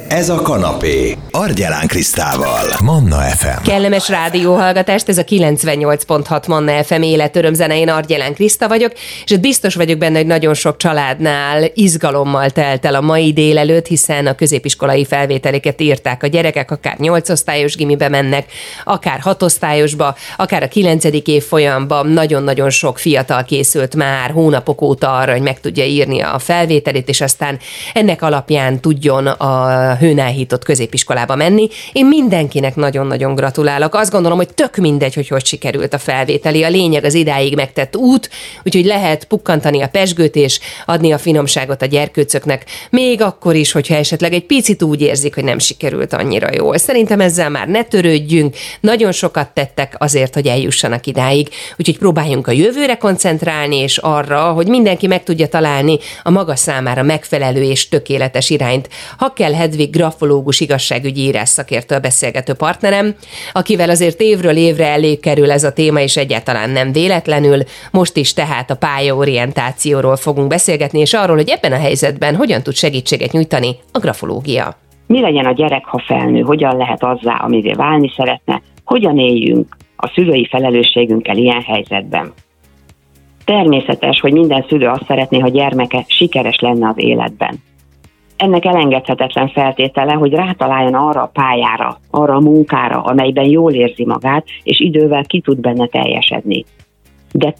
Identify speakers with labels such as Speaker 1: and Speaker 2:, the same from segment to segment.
Speaker 1: Ez a kanapé. Argyelán Krisztával. Manna FM.
Speaker 2: Kellemes rádióhallgatást, ez a 98.6 Manna FM életörömzene, én Argyelán Kriszta vagyok, és biztos vagyok benne, hogy nagyon sok családnál izgalommal telt el a mai délelőtt, hiszen a középiskolai felvételiket írták a gyerekek, akár 8 osztályos gimibe mennek, akár 6 osztályosba, akár a 9. évfolyamban. Nagyon-nagyon sok fiatal készült már hónapok óta arra, hogy meg tudja írni a felvételit, és aztán ennek alapján tudjon a hőnállhított középiskolába menni. Én mindenkinek nagyon-nagyon gratulálok. Azt gondolom, hogy tök mindegy, hogy sikerült a felvételi. A lényeg az idáig megtett út, úgyhogy lehet pukkantani a pezsgőt és adni a finomságot a gyerkőcöknek, még akkor is, hogyha esetleg egy picit úgy érzik, hogy nem sikerült annyira jól. Szerintem ezzel már ne törődjünk. Nagyon sokat tettek azért, hogy eljussanak idáig. Úgyhogy próbáljunk a jövőre koncentrálni, és arra, hogy mindenki meg tudja találni a maga számára megfelelő és tökéletes irányt. Hakkel Hedvig grafológus, igazságügyi írás szakértő a beszélgető partnerem, akivel azért évről évre előkerül ez a téma, és egyáltalán nem véletlenül. Most is tehát a pályaorientációról fogunk beszélgetni, és arról, hogy ebben a helyzetben hogyan tud segítséget nyújtani a grafológia.
Speaker 3: Mi legyen a gyerek, ha felnő, hogyan lehet azzá, amivé válni szeretne, hogyan éljünk a szülői felelősségünkkel ilyen helyzetben. Természetes, hogy minden szülő azt szeretné, ha gyermeke sikeres lenne az életben. Ennek elengedhetetlen feltétele, hogy rátaláljon arra a pályára, arra a munkára, amelyben jól érzi magát, és idővel ki tud benne teljesedni. De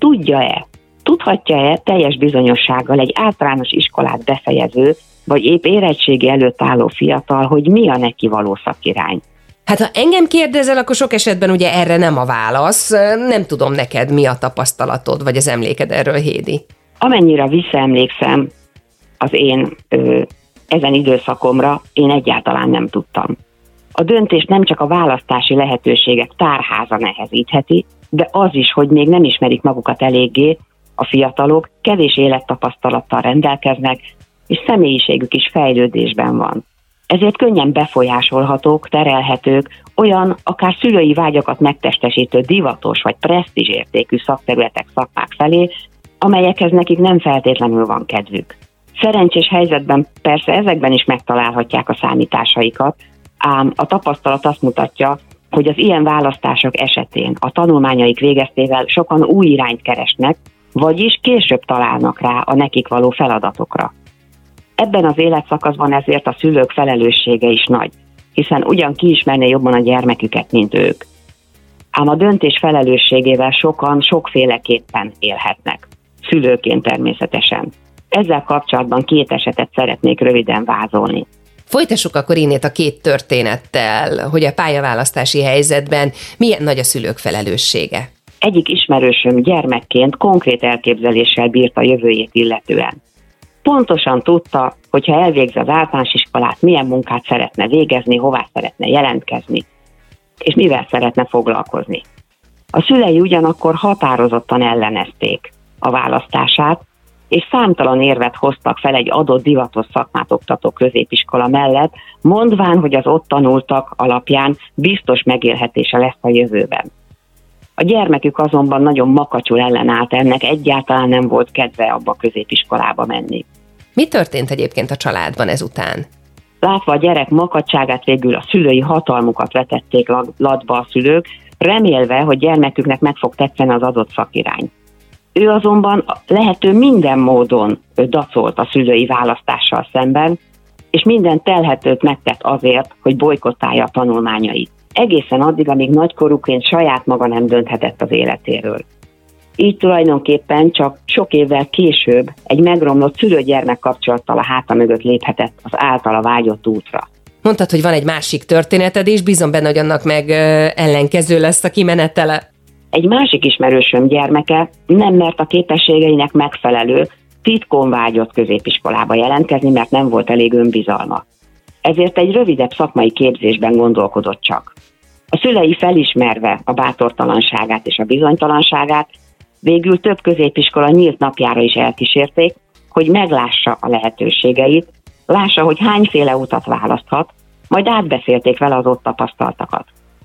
Speaker 3: tudhatja-e teljes bizonyossággal egy általános iskolát befejező, vagy épp érettségi előtt álló fiatal, hogy mi a neki való szakirány?
Speaker 2: Hát ha engem kérdezel, akkor sok esetben ugye erre nem a válasz. Nem tudom neked, mi a tapasztalatod, vagy az emléked erről, Hédi?
Speaker 3: Amennyire visszaemlékszem az én ezen időszakomra, én egyáltalán nem tudtam. A döntést nem csak a választási lehetőségek tárháza nehezítheti, de az is, hogy még nem ismerik magukat eléggé, a fiatalok kevés élettapasztalattal rendelkeznek, és személyiségük is fejlődésben van. Ezért könnyen befolyásolhatók, terelhetők olyan, akár szülői vágyakat megtestesítő divatos vagy presztízsértékű szakterületek, szakmák felé, amelyekhez nekik nem feltétlenül van kedvük. Szerencsés helyzetben persze ezekben is megtalálhatják a számításaikat, ám a tapasztalat azt mutatja, hogy az ilyen választások esetén a tanulmányaik végeztével sokan új irányt keresnek, vagyis később találnak rá a nekik való feladatokra. Ebben az életszakaszban ezért a szülők felelőssége is nagy, hiszen ugyan ki ismerné jobban a gyermeküket, mint ők. Ám a döntés felelősségével sokan sokféleképpen élhetnek, szülőként természetesen. Ezzel kapcsolatban 2 esetet szeretnék röviden vázolni.
Speaker 2: Folytassuk akkor innét a 2 történettel, hogy a pályaválasztási helyzetben milyen nagy a szülők felelőssége.
Speaker 3: Egyik ismerősöm gyermekként konkrét elképzeléssel bírt a jövőjét illetően. Pontosan tudta, hogy ha elvégzi az általános iskolát, milyen munkát szeretne végezni, hová szeretne jelentkezni, és mivel szeretne foglalkozni. A szülei ugyanakkor határozottan ellenezték a választását, és számtalan érvet hoztak fel egy adott divatos szakmát oktató középiskola mellett, mondván, hogy az ott tanultak alapján biztos megélhetése lesz a jövőben. A gyermekük azonban nagyon makacsul ellenállt ennek, egyáltalán nem volt kedve abba a középiskolába menni.
Speaker 2: Mi történt egyébként a családban ezután?
Speaker 3: Látva a gyerek makacságát, végül a szülői hatalmukat vetették latba a szülők, remélve, hogy gyermeküknek meg fog tetszeni az adott szakirány. Ő azonban lehető minden módon dacolt a szülői választással szemben, és minden telhetőt megtett azért, hogy bojkottálja a tanulmányait. Egészen addig, amíg nagykorúként saját maga nem dönthetett az életéről. Így tulajdonképpen csak sok évvel később egy megromlott szülő-gyermek kapcsolattal a háta mögött léphetett az általa vágyott útra.
Speaker 2: Mondtad, hogy van egy másik történeted, és bízom benne, hogy annak meg ellenkező lesz a kimenetele.
Speaker 3: Egy másik ismerősöm gyermeke nem mert a képességeinek megfelelő, titkon vágyott középiskolába jelentkezni, mert nem volt elég önbizalma. Ezért egy rövidebb szakmai képzésben gondolkodott csak. A szülei felismerve a bátortalanságát és a bizonytalanságát, végül több középiskola nyílt napjára is elkísérték, hogy meglássa a lehetőségeit, lássa, hogy hányféle utat választhat, majd átbeszélték vele az ott tapasztaltakat.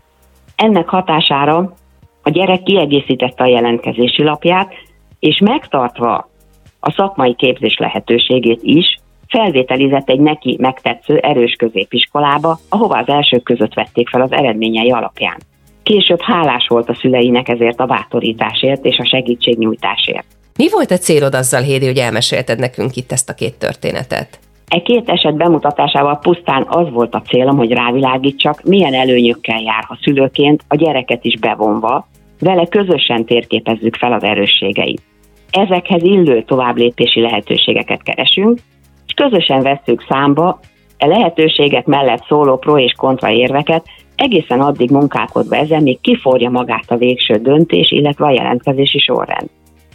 Speaker 3: Ennek hatására a gyerek kiegészítette a jelentkezési lapját, és megtartva a szakmai képzés lehetőségét is, felvételizett egy neki megtetsző erős középiskolába, ahova az elsők között vették fel az eredményei alapján. Később hálás volt a szüleinek ezért a bátorításért és a segítségnyújtásért.
Speaker 2: Mi volt a célod azzal, Hédi, hogy elmesélted nekünk itt ezt a két történetet?
Speaker 3: E két eset bemutatásával pusztán az volt a célom, hogy rávilágítsak, milyen előnyökkel jár, ha szülőként a gyereket is bevonva, vele közösen térképezzük fel az erősségeit. Ezekhez illő továbblépési lehetőségeket keresünk, és közösen vesszük számba e lehetőségek mellett szóló pro és kontra érveket, egészen addig munkálkodva ezen, míg kiforja magát a végső döntés, illetve a jelentkezési sorrend.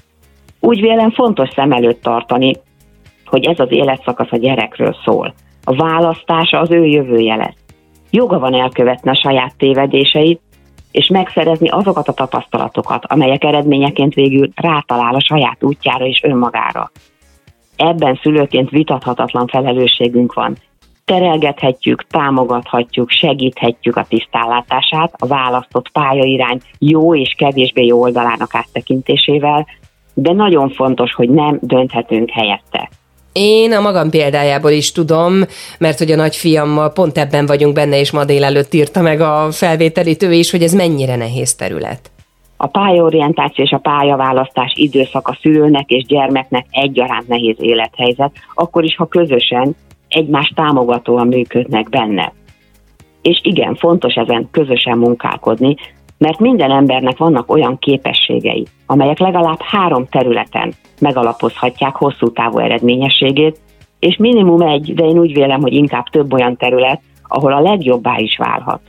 Speaker 3: Úgy vélem fontos szem előtt tartani, hogy ez az életszakasz a gyerekről szól. A választása az ő jövője lesz. Joga van elkövetni a saját tévedéseit, és megszerezni azokat a tapasztalatokat, amelyek eredményeként végül rátalál a saját útjára és önmagára. Ebben szülőként vitathatatlan felelősségünk van. Terelgethetjük, támogathatjuk, segíthetjük a tisztállátását, a választott pályairány jó és kevésbé jó oldalának áttekintésével, de nagyon fontos, hogy nem dönthetünk helyette.
Speaker 2: Én a magam példájából is tudom, mert hogy a nagyfiammal pont ebben vagyunk benne, és ma délelőtt írta meg a felvételit ő is, hogy ez mennyire nehéz terület.
Speaker 3: A pályaorientáció és a pályaválasztás időszaka szülőnek és gyermeknek egyaránt nehéz élethelyzet, akkor is, ha közösen, egymást támogatóan működnek benne. És igen, fontos ezen közösen munkálkodni, mert minden embernek vannak olyan képességei, amelyek legalább 3 területen megalapozhatják hosszú távú eredményességét, és minimum 1, de én úgy vélem, hogy inkább több olyan terület, ahol a legjobbá is válhat.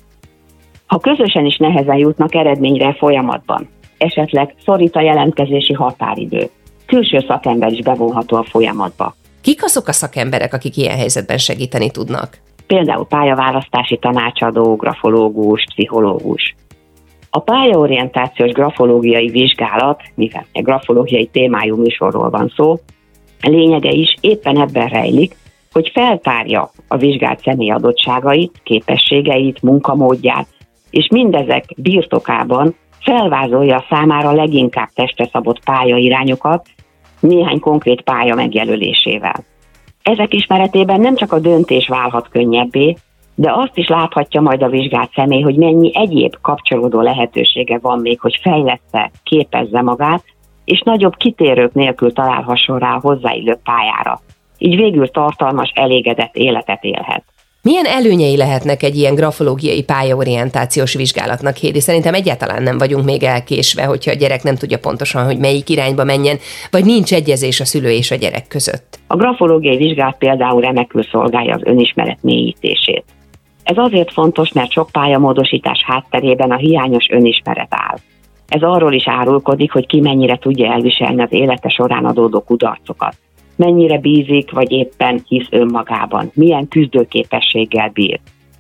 Speaker 3: Ha közösen is nehezen jutnak eredményre folyamatban, esetleg szorít a jelentkezési határidő, külső szakember is bevonható a folyamatba.
Speaker 2: Kik azok a szakemberek, akik ilyen helyzetben segíteni tudnak?
Speaker 3: Például pályaválasztási tanácsadó, grafológus, pszichológus. A pályaorientációs grafológiai vizsgálat, mivel egy grafológiai témájú műsorról van szó, lényege is éppen ebben rejlik, hogy feltárja a vizsgált személy adottságait, képességeit, munkamódját, és mindezek birtokában felvázolja a számára leginkább testre szabott pályairányokat, néhány konkrét pálya megjelölésével. Ezek ismeretében nem csak a döntés válhat könnyebbé, de azt is láthatja majd a vizsgált személy, hogy mennyi egyéb kapcsolódó lehetősége van még, hogy fejlessze, képezze magát, és nagyobb kitérők nélkül találhasson rá a hozzáillő pályára. Így végül tartalmas, elégedett életet élhet.
Speaker 2: Milyen előnyei lehetnek egy ilyen grafológiai pályaorientációs vizsgálatnak, Hédi? Szerintem egyáltalán nem vagyunk még elkésve, hogyha a gyerek nem tudja pontosan, hogy melyik irányba menjen, vagy nincs egyezés a szülő és a gyerek között.
Speaker 3: A grafológiai vizsgálat például remekül szolgálja az önismeret mélyítését. Ez azért fontos, mert sok pályamódosítás hátterében a hiányos önismeret áll. Ez arról is árulkodik, hogy ki mennyire tudja elviselni az élete során adódó kudarcokat. Mennyire bízik, vagy éppen hisz önmagában, milyen küzdőképességgel bír.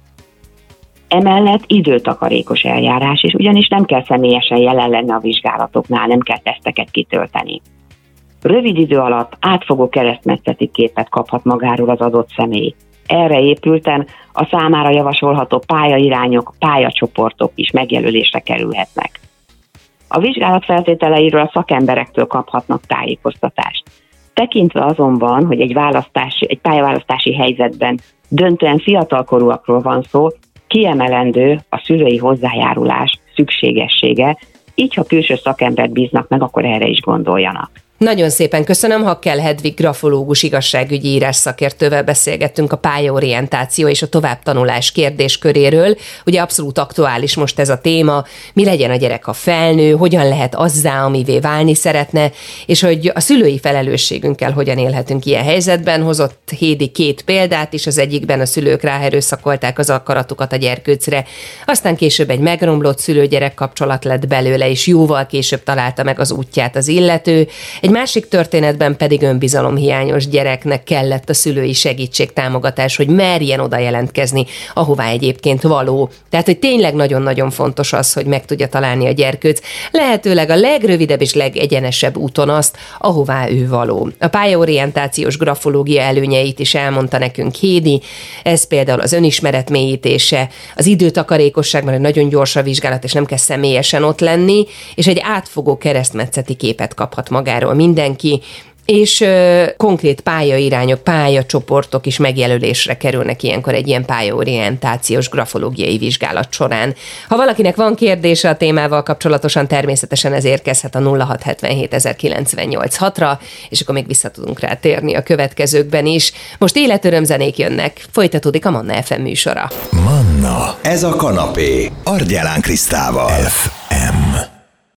Speaker 3: Emellett időtakarékos eljárás is, ugyanis nem kell személyesen jelen lenni a vizsgálatoknál, nem kell teszteket kitölteni. Rövid idő alatt átfogó keresztmetszeti képet kaphat magáról az adott személy. Erre épülten a számára javasolható pályairányok, pályacsoportok is megjelölésre kerülhetnek. A vizsgálat feltételeiről a szakemberektől kaphatnak tájékoztatást. Tekintve azonban, hogy egy pályaválasztási helyzetben döntően fiatalkorúakról van szó, kiemelendő a szülői hozzájárulás szükségessége, így ha külső szakembert bíznak meg, akkor erre is gondoljanak.
Speaker 2: Nagyon szépen köszönöm, Hakkel Hedvig grafológus igazságügyi írás szakértővel beszélgettünk a pályaorientáció és a továbbtanulás kérdésköréről. Ugye abszolút aktuális most ez a téma, mi legyen a gyerek, ha felnő, hogyan lehet azzá, amivé válni szeretne, és hogy a szülői felelősségünkkel hogyan élhetünk ilyen helyzetben. Hozott Hédi 2 példát is, az egyikben a szülők ráerőszakolták az akaratukat a gyerkőcre, aztán később egy megromlott szülő-gyerek kapcsolat lett belőle, és jóval később találta meg az útját az illető. Egy másik történetben pedig önbizalomhiányos gyereknek kellett a szülői segítség, támogatás, hogy merjen oda jelentkezni, ahová egyébként való. Tehát, hogy tényleg nagyon-nagyon fontos az, hogy meg tudja találni a gyerkőc, lehetőleg a legrövidebb és legegyenesebb úton azt, ahová ő való. A pályaorientációs grafológia előnyeit is elmondta nekünk Hédi, ez például az önismeret mélyítése, az időtakarékosság, mert nagyon gyors a vizsgálat, és nem kell személyesen ott lenni, és egy átfogó keresztmetszeti képet kaphat magáról mindenki, És konkrét pályairányok, pályacsoportok is megjelölésre kerülnek ilyenkor egy ilyen pályaorientációs grafológiai vizsgálat során. Ha valakinek van kérdése a témával kapcsolatosan, természetesen ez érkezhet a 0677 ra és akkor még vissza tudunk rá térni a következőkben is. Most életörömzenék jönnek, folytatódik a Manna FM műsora.
Speaker 1: Manna, ez a kanapé, Argyelán Krisztával.